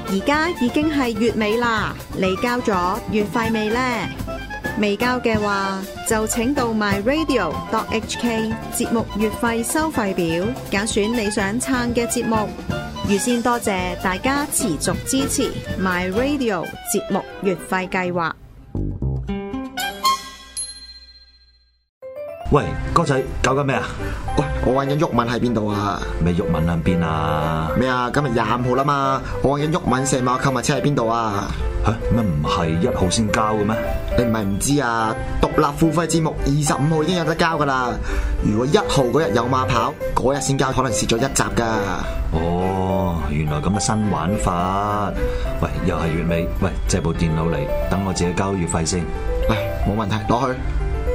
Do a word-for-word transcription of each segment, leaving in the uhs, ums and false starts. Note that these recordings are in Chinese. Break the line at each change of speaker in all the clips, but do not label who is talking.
而家已經係月尾啦，你交咗月費未呢？未交嘅話，就請到 my radio dot h k 節目月費收費表，揀選你想撐嘅節目。預先多謝大家持續支持 my radio 節目月費計劃。
喂，哥仔，搞緊咩啊？
喂，我揾緊毓民喺邊度啊？
咩毓民喺邊啊？
咩啊？今日廿五號啦嘛，我揾緊毓民社貿購物車喺邊度啊？
吓，乜唔係一號先交嘅咩？
你唔係唔知啊？獨立付費節目二十五號已經有得交噶啦。如果一號嗰日有馬跑，嗰日先交，可能蝕咗一集噶。
哦，原來咁嘅新玩法。喂，又係月尾，喂，借部電腦嚟，等我自己交月費先。
喂，冇問題，攞去。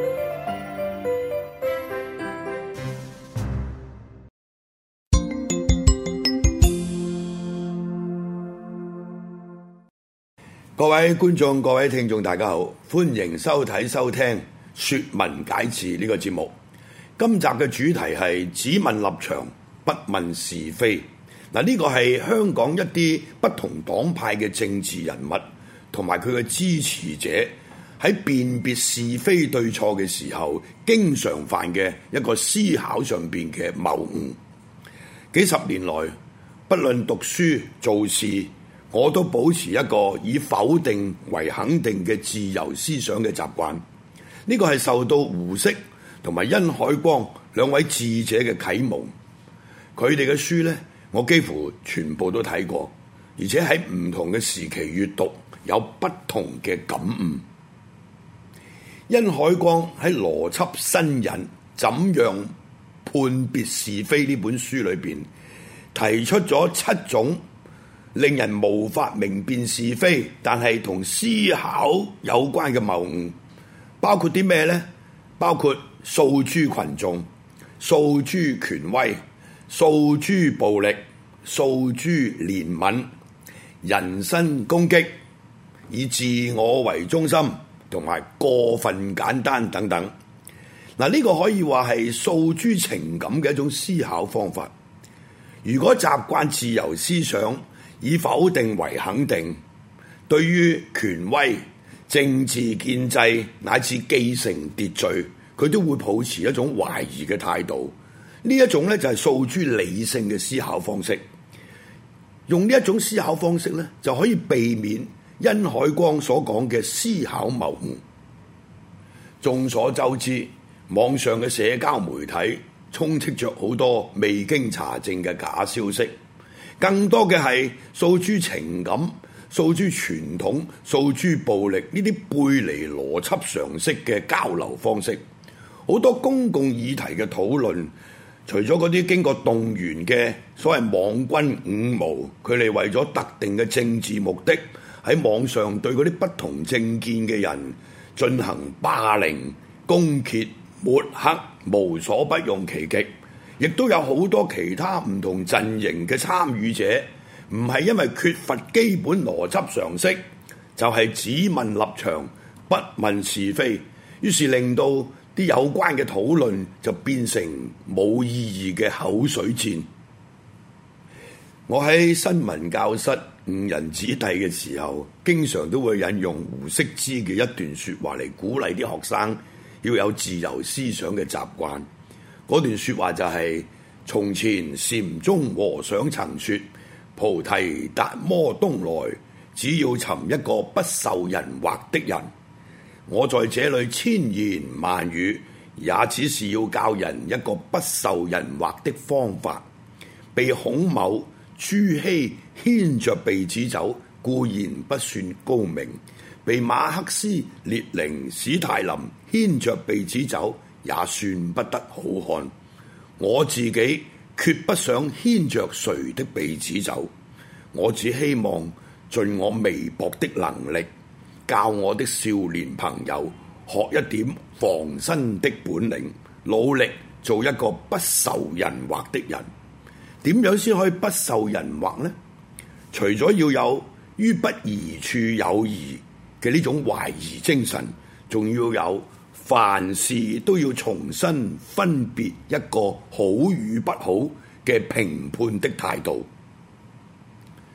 各位觀眾、各位聽眾，大家好，歡迎收睇、收聽《說文解字》呢個節目。今集嘅主題係只問立場，不問是非。嗱，呢個係香港一啲不同黨派嘅政治人物同埋佢嘅支持者喺辨別是非對錯嘅時候，經常犯嘅一個思考上邊嘅謬誤。幾十年來，不論讀書做事，我都保持一個以否定為肯定嘅自由思想嘅習慣。呢個係受到胡適同埋殷海光兩位智者嘅啟蒙。佢哋嘅書呢，我幾乎全部都睇過，而且喺唔同嘅時期閱讀有不同嘅感悟。殷海光喺《邏輯新引：怎樣判別是非》呢本書裏邊提出咗七種令人無法明辨是非，但係同思考有關嘅謬誤，包括啲咩呢？包括訴諸群眾、訴諸權威、訴諸暴力、訴諸憐憫、人身攻擊、以自我為中心同埋過分簡單等等。嗱，呢個可以話係訴諸情感嘅一種思考方法。如果習慣自由思想，以否定為肯定，對於權威、政治建制乃至既成秩序，佢都會抱持一種懷疑嘅態度。呢一種咧就係訴諸理性嘅思考方式。用呢一種思考方式咧，就可以避免殷海光所講嘅思考謬誤。眾所周知，網上嘅社交媒體充斥着好多未經查證嘅假消息。更多嘅係訴諸情感、訴諸傳統、訴諸暴力呢啲背離邏輯常識嘅交流方式。好多公共議題嘅討論，除咗嗰啲經過動員嘅所謂網軍五毛，佢哋為咗特定嘅政治目的喺網上對嗰啲不同政見嘅人進行霸凌、攻訐、抹黑，無所不用其極。亦都有好多其他唔同陣營嘅參與者，唔係因為缺乏基本邏輯常識，就係只問立場，不問是非，於是令到啲有關嘅討論就變成冇意義嘅口水戰。我喺新聞教室誤人子弟嘅時候，經常都會引用胡適之嘅一段説話嚟鼓勵啲學生要有自由思想嘅習慣。嗰段説話就係、是：從前禪宗和尚曾說，菩提達摩東來，只要尋一個不受人惑的人。我在這裏千言萬語，也只是要教人一個不受人惑的方法。被孔某、朱熹牽着鼻子走，固然不算高明；被馬克思、列寧、史太林牽着鼻子走，也算不得好看。我自己決不想牽着誰的鼻子走，我只希望盡我微薄的能力，教我的少年朋友學一點防身的本領，努力做一個不受人惑的人。點樣先可以不受人惑呢？除咗要有於不疑處有疑嘅呢種懷疑精神，仲要有凡事都要重新分別一個好與不好嘅評判的態度。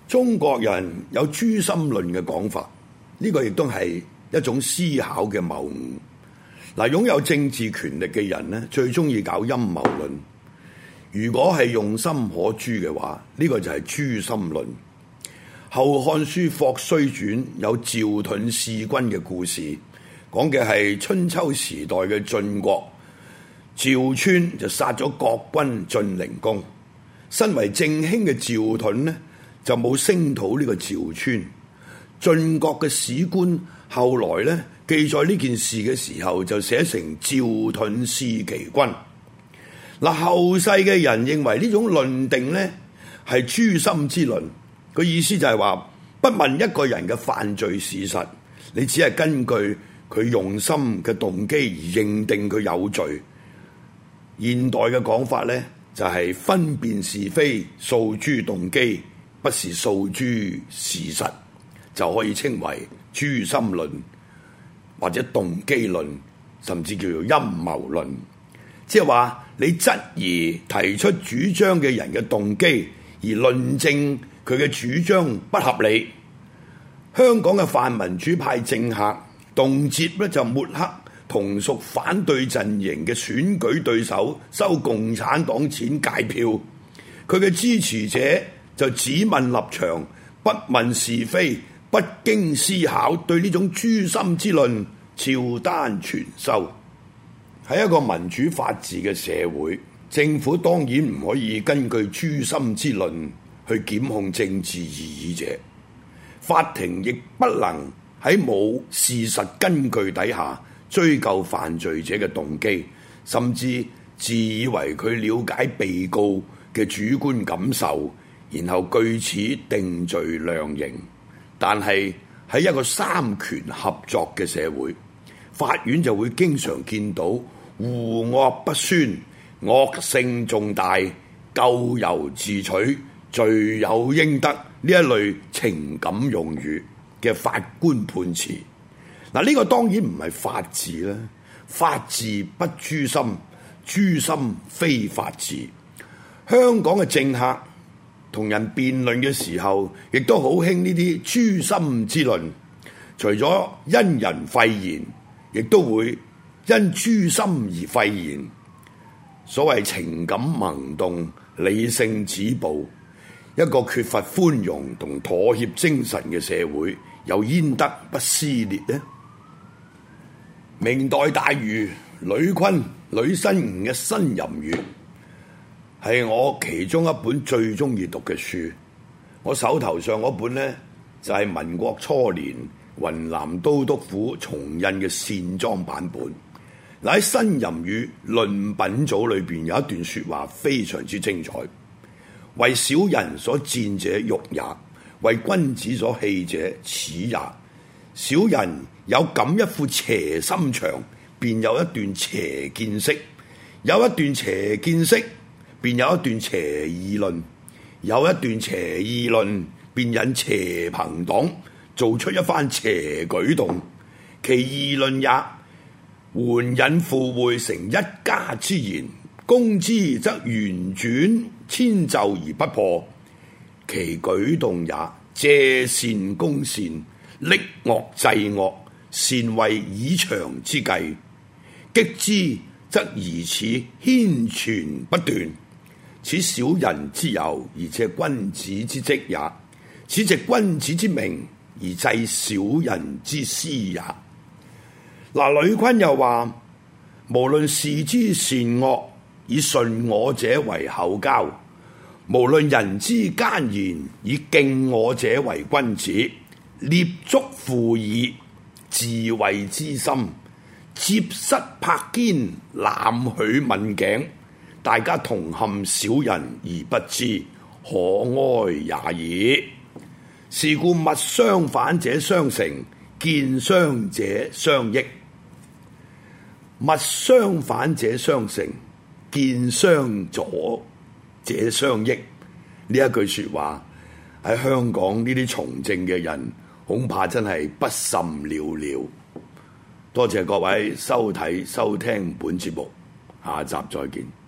中國人有誅心論嘅講法，呢、這個亦都係一種思考嘅謬誤。嗱，擁有政治權力嘅人呢，最中意搞陰謀論。如果係用心可誅嘅話，呢、這個就係誅心論。《後漢書·霍須傳》有趙盾弑君嘅故事，講嘅係春秋時代嘅晉國，趙川就殺咗國君晉靈公。身為正卿嘅趙盾呢，就冇聲討呢個趙川。晉國嘅史官後來呢，記載呢件事嘅時候，就寫成趙盾弑其君。嗱，後世嘅人認為呢種論定呢係誅心之論，個意思就係話不問一個人嘅犯罪事實，你只係根據佢用心嘅動機而認定佢有罪。現代嘅講法呢，就係分辨是非，訴諸動機，不是訴諸事實，就可以稱為誅心論或者動機論，甚至叫做陰謀論。即係話你質疑提出主張嘅人嘅動機，而論證佢嘅主張不合理。香港嘅泛民主派政客動輒咧就抹黑同屬反對陣營嘅選舉對手收共產黨錢戒票，佢嘅支持者就只問立場，不問是非，不經思考，對呢種誅心之論照單全收。喺一個民主法治嘅社會，政府當然唔可以根據誅心之論去檢控政治異議者，法庭亦不能喺冇事實根據底下追究犯罪者嘅動機，甚至自以為佢了解被告嘅主觀感受，然後據此定罪量刑。但係喺一個三權合作嘅社會，法院就會經常見到胡惡不宣、惡性重大、咎由自取、罪有應得呢一類情感用語嘅法官判詞。嗱，呢個當然唔係法治啦，法治不誅心，誅心非法治。香港嘅政客同人辯論嘅時候，亦都好興呢啲誅心之論，除咗因人廢言，亦都會因誅心而廢言。所謂情感萌動，理性止暴，一個缺乏寬容同妥協精神嘅社會，又焉得不撕裂呢？明代大儒呂坤、呂新吾嘅《呻吟月》係我其中一本最中意讀嘅書。我手頭上嗰本呢，就係、是、民國初年雲南都督府重印嘅線裝版本。嗱，喺《呻吟月論品組》裏邊有一段說話非常之精彩。為小人所戰者辱也，為君子所棄者恥也。小人有咁一副邪心腸，便有一段邪見識；有一段邪見識，便有一段邪議論；有一段邪議論，便引邪朋黨做出一番邪舉動。其議論也，援引附會成一家之言，攻之則圓轉遷就而不破；其舉動也，借善攻善，戾惡制惡，善為以長之計。擊之則疑此牽傳不斷，此小人之由，而且君子之職也；此藉君子之名而制小人之私也。嗱，呂坤又話：無論事之善惡，以順我者為厚交；無論人之奸言，以敬我者為君子。躡足附議，自衛之心，接膝拍肩，攬許問頸，大家同陷小人而不知，可哀也已。是故物相反者相成，見相者相益。物相反者相成，見相左者相益。呢一句說話喺香港呢啲從政嘅人，恐怕真係不甚了了。多謝各位收睇收聽本節目，下集再見。